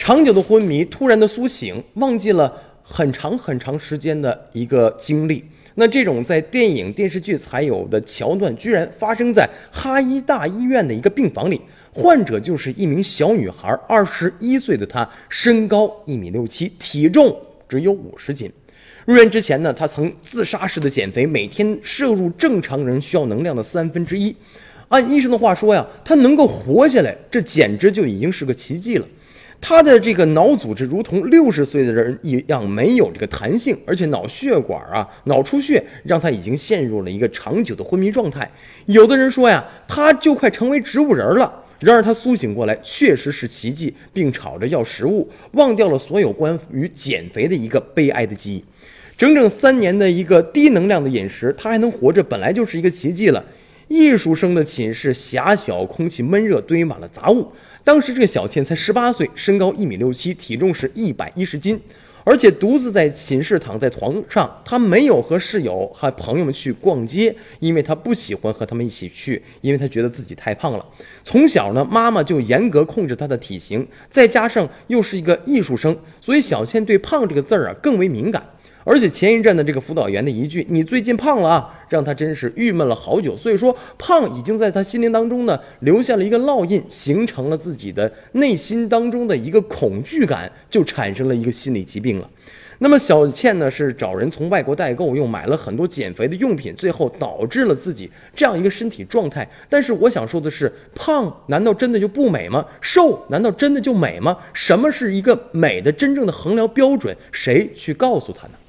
长久的昏迷，突然的苏醒，忘记了很长很长时间的一个经历。那这种在电影、电视剧才有的桥段，居然发生在哈医大医院的一个病房里。患者就是一名小女孩，21岁的她，身高1.67米，体重只有50斤。入院之前呢，她曾自杀式的减肥，每天摄入正常人需要能量的1/3。按医生的话说呀，她能够活下来，这简直就已经是个奇迹了。他的这个脑组织如同60岁的人一样没有这个弹性，而且脑血管脑出血让他已经陷入了一个长久的昏迷状态。有的人说呀，他就快成为植物人了。然而他苏醒过来确实是奇迹，并吵着要食物，忘掉了所有关于减肥的一个悲哀的记忆。整整3年的一个低能量的饮食，他还能活着，本来就是一个奇迹了。艺术生的寝室狭小，空气闷热，堆满了杂物。当时这个小倩才18岁，身高1.67米，体重是110斤，而且独自在寝室躺在床上。她没有和室友和朋友们去逛街，因为她不喜欢和他们一起去，因为她觉得自己太胖了。从小呢，妈妈就严格控制她的体型，再加上又是一个艺术生，所以小倩对胖这个字儿更为敏感。而且前一阵的这个辅导员的一句"你最近胖了啊"，让他真是郁闷了好久。所以说，胖已经在他心灵当中呢留下了一个烙印，形成了自己的内心当中的一个恐惧感，就产生了一个心理疾病了。那么小倩呢是找人从外国代购，又买了很多减肥的用品，最后导致了自己这样一个身体状态。但是我想说的是，胖难道真的就不美吗？瘦难道真的就美吗？什么是一个美的真正的衡量标准？谁去告诉他呢？